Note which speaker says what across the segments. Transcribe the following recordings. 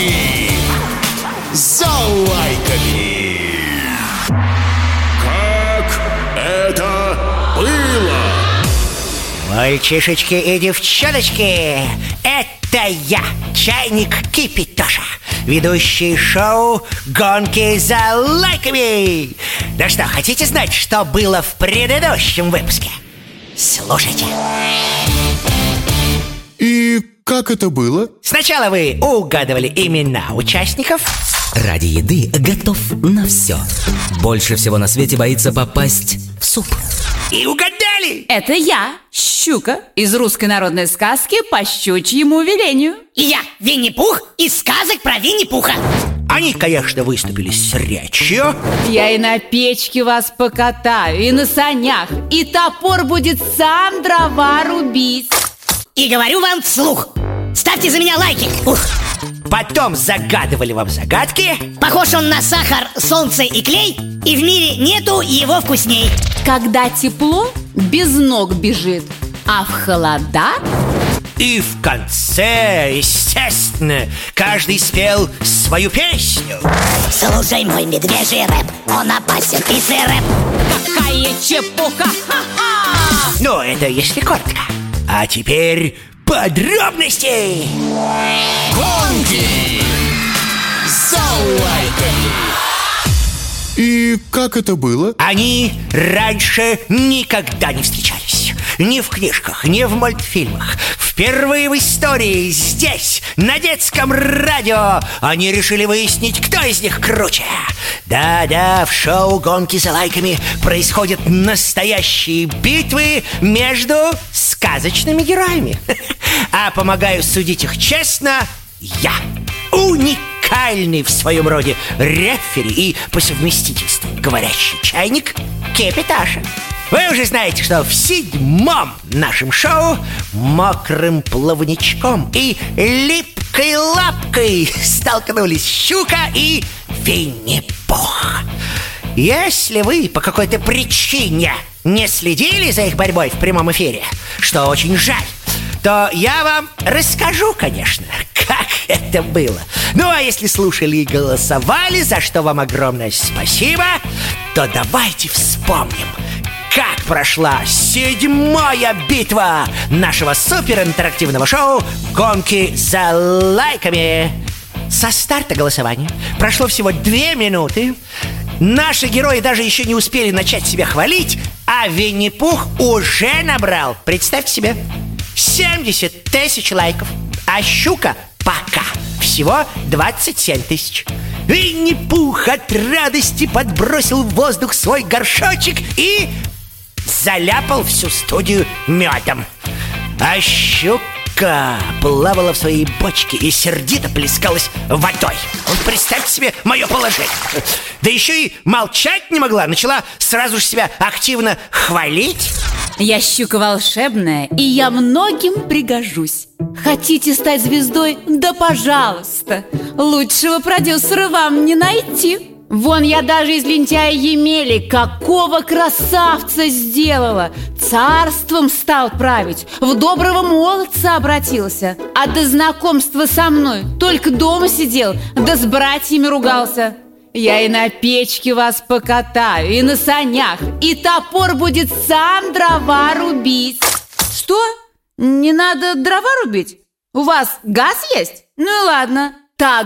Speaker 1: за лайками. Как это было?
Speaker 2: Мальчишечки и девчоночки, это я, Чайник Кипятоша, ведущий шоу «Гонки за лайками». Ну что, хотите знать, что было в предыдущем выпуске? Слушайте.
Speaker 1: И как это было?
Speaker 2: Сначала вы угадывали имена участников.
Speaker 3: Ради еды готов на все. Больше всего на свете боится попасть в суп.
Speaker 2: И угадали!
Speaker 4: Это я, Щука, из русской народной сказки «По щучьему велению».
Speaker 5: И я, Винни-Пух, из сказок про Винни-Пуха.
Speaker 2: Они, конечно, выступили с речью.
Speaker 4: Я и на печке вас покатаю, и на санях, и топор будет сам дрова рубить.
Speaker 5: И говорю вам вслух: ставьте за меня лайки. Ух.
Speaker 2: Потом загадывали вам загадки.
Speaker 5: Похож он на сахар, солнце и клей, и в мире нету его вкусней.
Speaker 4: Когда тепло, без ног бежит, а в холода...
Speaker 2: И в конце, естественно, каждый спел свою песню.
Speaker 5: Слушай мой медвежий рэп, он опасен и рэп.
Speaker 4: Какая чепуха! Ха-ха!
Speaker 2: Ну, это если коротко. А теперь подробности.
Speaker 1: Гонки за лайками. И как это было?
Speaker 2: Они раньше никогда не встречались. Ни в книжках, ни в мультфильмах. Впервые в истории здесь, на детском радио, они решили выяснить, кто из них круче. Да-да, в шоу «Гонки за лайками» происходят настоящие битвы между сказочными героями. А помогаю судить их честно я, уникальный в своем роде рефери и по совместительству говорящий чайник Кипятоша. Вы уже знаете, что в 7-м нашем шоу мокрым плавничком и липкой лапкой столкнулись Щука и Винни-Пух. Если вы по какой-то причине не следили за их борьбой в прямом эфире, что очень жаль, то я вам расскажу, конечно, как это было. Ну, а если слушали и голосовали, за что вам огромное спасибо, то давайте вспомним, как прошла 7-я битва нашего суперинтерактивного шоу «Гонки за лайками». Со старта голосования прошло всего 2 минуты. Наши герои даже еще не успели начать себя хвалить, а Винни-Пух уже набрал, представьте себе, 70 тысяч лайков, а Щука пока всего 27 тысяч. Винни-Пух от радости подбросил в воздух свой горшочек и заляпал всю студию медом. А Щука плавала в своей бочке и сердито плескалась водой. Вот представьте себе мое положение. Да еще и молчать не могла, начала сразу же себя активно хвалить.
Speaker 4: Я щука волшебная, и я многим пригожусь. Хотите стать звездой? Да пожалуйста. Лучшего продюсера вам не найти. Вон я даже из лентяя Емели какого красавца сделала. Царством стал править, в доброго молодца обратился. А до знакомства со мной только дома сидел, да с братьями ругался. Я и на печке вас покатаю, и на санях, и топор будет сам дрова рубить. Что? Не надо дрова рубить? У вас газ есть? Ну и ладно.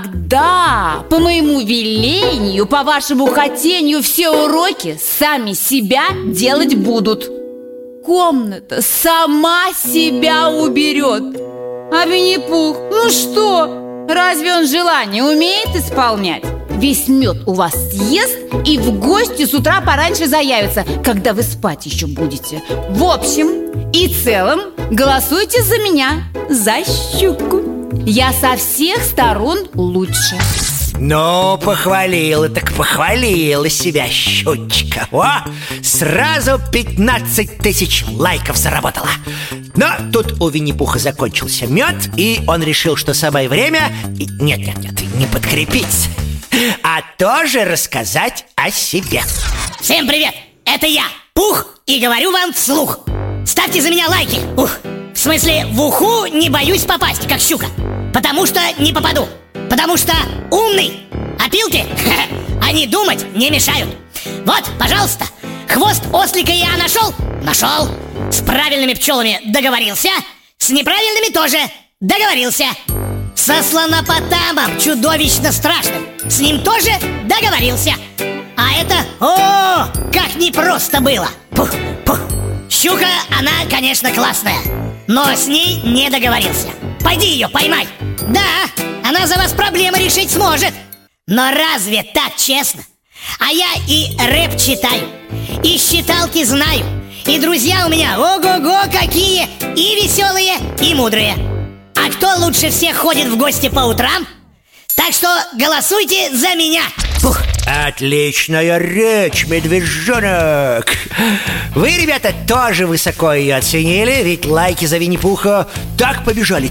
Speaker 4: Тогда, по моему велению, по вашему хотению, все уроки сами себя делать будут. Комната сама себя уберет. А Винни-Пух, ну что? Разве он желание умеет исполнять? Весь мед у вас съест и в гости с утра пораньше заявится, когда вы спать еще будете. В общем и целом голосуйте за меня, за Щуку. Я со всех сторон лучше.
Speaker 2: Ну, похвалила так похвалила себя Щучка. О, сразу 15 тысяч лайков заработала. Но тут у Винни-Пуха закончился мед, и он решил, что самое время... Нет, не подкрепиться, а тоже рассказать о себе.
Speaker 5: Всем привет, это я, Пух, и говорю вам вслух: ставьте за меня лайки. Ух, в смысле, в уху не боюсь попасть, как Щука, потому что не попаду. Потому что умный. Опилки, они думать не мешают. Вот, пожалуйста, хвост ослика я нашел? Нашел. С правильными пчелами договорился. С неправильными тоже договорился. Со слонопотамом чудовищно страшным, с ним тоже договорился. А это, как непросто было. Пух, пух. Щука, она, конечно, классная, но с ней не договорился. Пойди ее поймай. Да, она за вас проблемы решить сможет. Но разве так честно? А я и рэп читаю, и считалки знаю, и друзья у меня ого-го какие, и веселые, и мудрые. А кто лучше всех ходит в гости по утрам? Так что голосуйте за меня. Фух.
Speaker 2: Отличная речь, медвежонок. Вы, ребята, тоже высоко ее оценили. Ведь лайки за Винни-Пуха так побежали.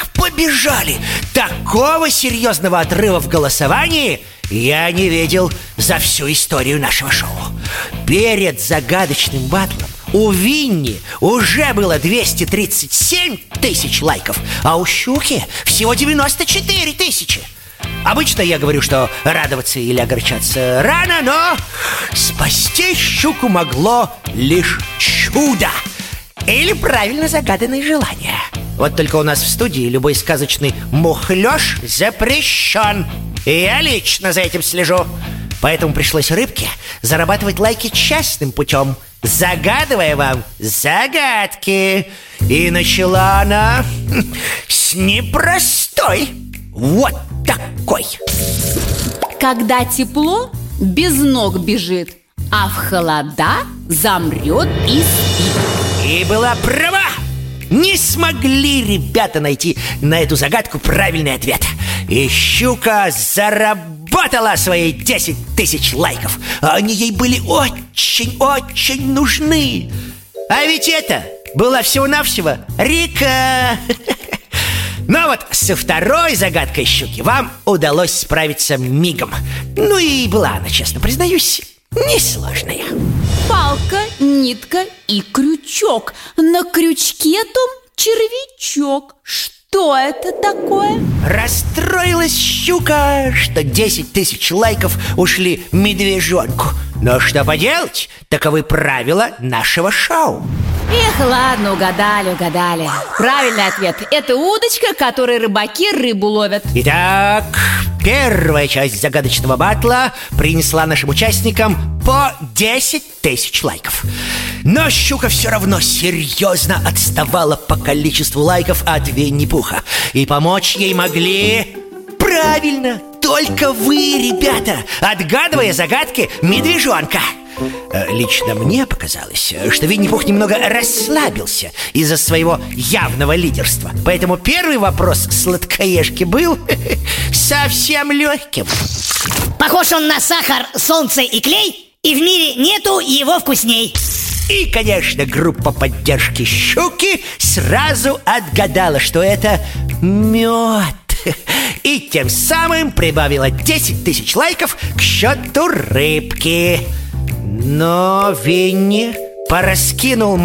Speaker 2: Такого серьезного отрыва в голосовании я не видел за всю историю нашего шоу. Перед загадочным батлом у Винни уже было 237 тысяч лайков, а у Щуки всего 94 тысячи. Обычно я говорю, что радоваться или огорчаться рано, но спасти Щуку могло лишь чудо или правильно загаданные желания. Вот только у нас в студии любой сказочный мухлёж запрещен. И я лично за этим слежу. Поэтому пришлось рыбке зарабатывать лайки честным путем, загадывая вам загадки. И начала она с непростой. Вот такой.
Speaker 4: Когда тепло, без ног бежит, а в холода замрет и спит.
Speaker 2: И была права. Не смогли ребята найти на эту загадку правильный ответ. И Щука заработала свои 10 тысяч лайков. Они ей были очень-очень нужны. А ведь это была всего-навсего река. Но вот со второй загадкой Щуки вам удалось справиться мигом. Ну и была она, честно признаюсь, несложная.
Speaker 4: Палка, нитка и крючок. На крючке том червячок. Что это такое?
Speaker 2: Расстроилась Щука, что 10 тысяч лайков ушли медвежонку. Но что поделать, таковы правила нашего шоу.
Speaker 4: Эх, ладно, угадали. Правильный ответ – это удочка, которой рыбаки рыбу ловят.
Speaker 2: Итак, первая часть загадочного батла принесла нашим участникам по 10 тысяч лайков. Но Щука все равно серьезно отставала по количеству лайков от Винни-Пуха. И помочь ей могли... Правильно, только вы, ребята, отгадывая загадки медвежонка. Лично мне показалось, что Винни-Пух немного расслабился из-за своего явного лидерства. Поэтому первый вопрос сладкоежки был совсем легким.
Speaker 5: Похож он на сахар, солнце и клей, и в мире нету его вкусней.
Speaker 2: И, конечно, группа поддержки Щуки сразу отгадала, что это мед. И тем самым прибавила 10 тысяч лайков к счету рыбки. Но Винни пораскинул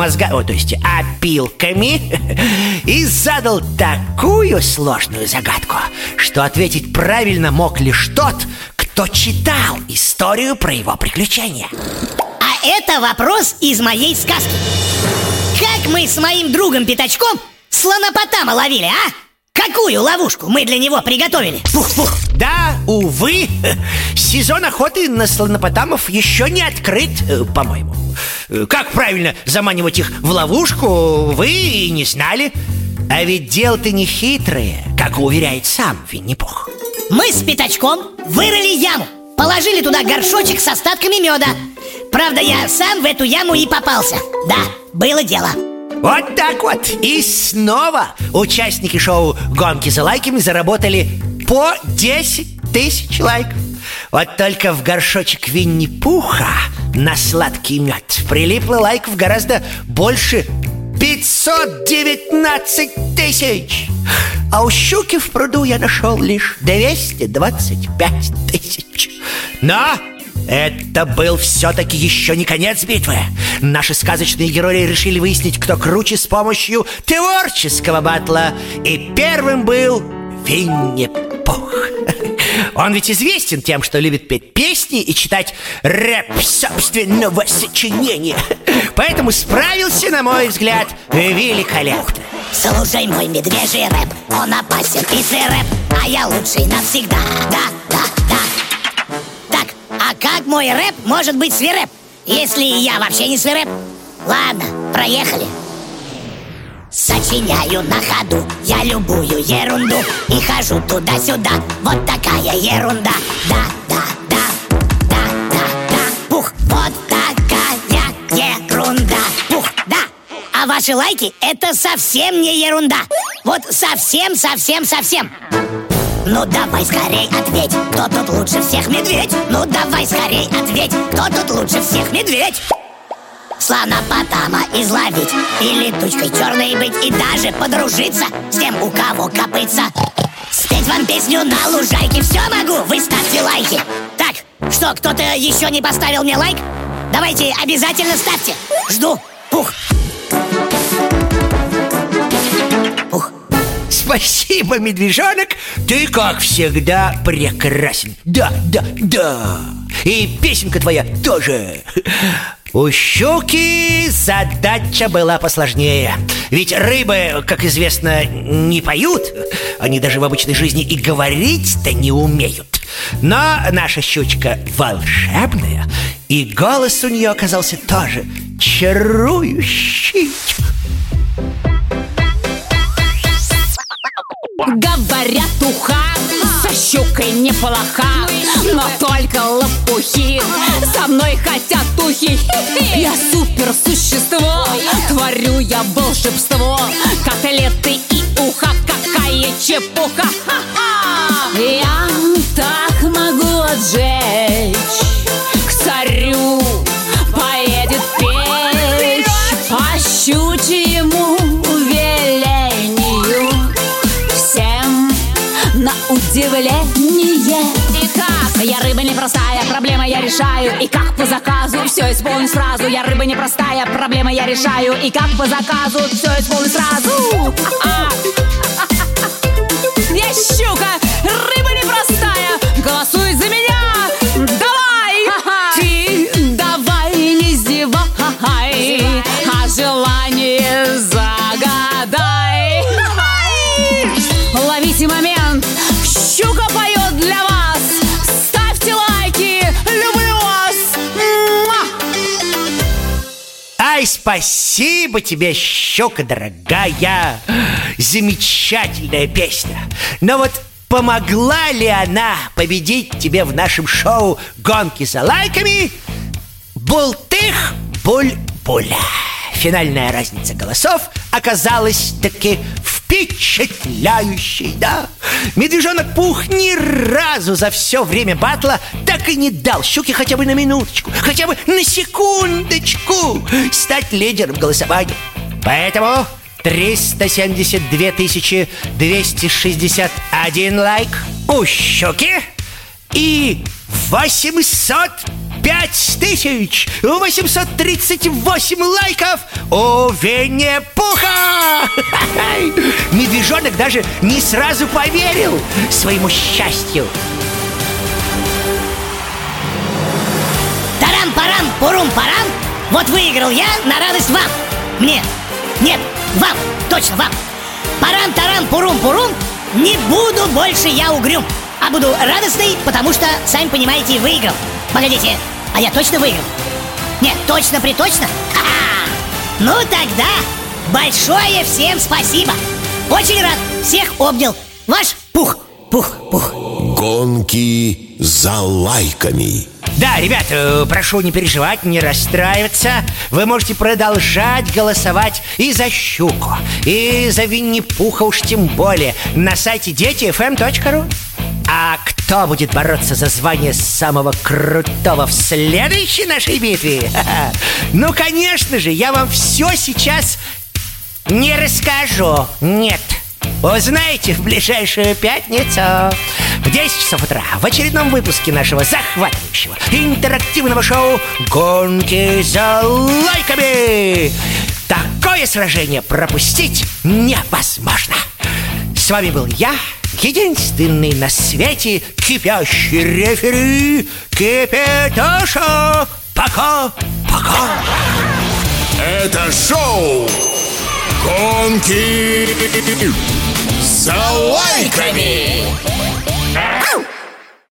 Speaker 2: опилками и задал такую сложную загадку, что ответить правильно мог лишь тот, кто читал историю про его приключения.
Speaker 5: А это вопрос из моей сказки. Как мы с моим другом Пятачком слонопотама ловили, а? Какую ловушку мы для него приготовили? Пух-пух.
Speaker 2: Да, увы, сезон охоты на слонопотамов еще не открыт, по-моему. Как правильно заманивать их в ловушку, вы и не знали. А ведь дело-то не хитрое, как уверяет сам Винни-Пух.
Speaker 5: Мы с Пятачком вырыли яму, положили туда горшочек с остатками меда. Правда, я сам в эту яму и попался. Да, было дело.
Speaker 2: Вот так вот. И снова участники шоу «Гонки за лайками» заработали по 10 тысяч лайков. Вот только в горшочек Винни-Пуха на сладкий мед прилипло лайков гораздо больше — 519 тысяч. А у Щуки в пруду я нашел лишь 225 тысяч. Но это был все-таки еще не конец битвы. Наши сказочные герои решили выяснить, кто круче, с помощью творческого батла. И первым был Винни-Пух. Винни-Пух. Он ведь известен тем, что любит петь песни и читать рэп собственного сочинения. Поэтому справился, на мой взгляд, великолепно.
Speaker 5: Слушай мой медвежий рэп, он опасен и свиреп, а я лучший навсегда, да. Так, а как мой рэп может быть свиреп, если я вообще не свиреп? Ладно, проехали. Сочиняю на ходу я любую ерунду и хожу туда-сюда, вот такая ерунда. Да, пух, вот такая ерунда. Пух, да. А ваши лайки — это совсем не ерунда. Вот совсем. Ну давай скорей ответь, кто тут лучше всех медведь? Ну давай скорей ответь, кто тут лучше всех медведь? Слонопотама изловить или тучкой черной быть и даже подружиться с тем, у кого копытца. Спеть вам песню на лужайке все могу, вы ставьте лайки. Так, что, кто-то еще не поставил мне лайк? Давайте обязательно ставьте. Жду. Пух.
Speaker 2: Спасибо, медвежонок, ты, как всегда, прекрасен. Да. И песенка твоя тоже. У щуки задача была посложнее. Ведь рыбы, как известно, не поют. Они даже в обычной жизни и говорить-то не умеют. Но наша щучка волшебная, и голос у нее оказался тоже чарующий.
Speaker 4: Говорят, уха со щукой неплоха, но только лопухи со мной хотят ухи. Я суперсущество, творю я волшебство. Котлеты и уха, какая чепуха. Я так могу отжечь, к царю поедет печь по щучьему велению, всем на удивление. Итак, я рыба непростая, проблема я решаю, и как по заказу все исполню сразу. Я рыба непростая, проблема я решаю, и как по заказу все исполню сразу. Я щука, рыба непростая, голосуй за меня, давай! Ты давай не зевай, а желание загадай. Ловите момент, щука поет для вас. Ставьте лайки, люблю вас.
Speaker 2: Ай, спасибо тебе, щука дорогая. Замечательная песня. Но вот помогла ли она победить тебе в нашем шоу «Гонки за лайками»? Бултых-буль-буля. Финальная разница голосов оказалась таки впечатляющей, да? Медвежонок Пух ни разу за все время батла так и не дал щуке хотя бы на минуточку, хотя бы на секундочку стать лидером голосования. Поэтому 372 261 лайк у щуки и 805 838 лайков у Винни-Пуха. Медвежонок даже не сразу поверил своему счастью.
Speaker 5: Тарам-парам, пурум-парам. Вот выиграл я на радость вам. Мне. Нет, вам, точно вам. Парам-тарам, пурум-пурум. Не буду больше я угрюм, а буду радостный, потому что, сами понимаете, выиграл. Погодите, а я точно выиграл? Нет, точно-приточно? Ха-ха! Ну тогда большое всем спасибо. Очень рад, всех обнял. Ваш Пух.
Speaker 1: Гонки за лайками.
Speaker 2: Да, ребят, прошу не переживать, не расстраиваться. Вы можете продолжать голосовать и за щуку, и за Винни-Пуха уж тем более на сайте детифм.ру. А кто будет бороться за звание самого крутого в следующей нашей битве? Ну, конечно же, я вам все сейчас не расскажу. Нет. Узнаете в ближайшую пятницу в 10 часов утра в очередном выпуске нашего захватывающего интерактивного шоу «Гонки за лайками». Такое сражение пропустить невозможно. С вами был я, единственный на свете кипящий рефери Кипятоша. Пока-пока.
Speaker 1: Это шоу «Гонки за лайками».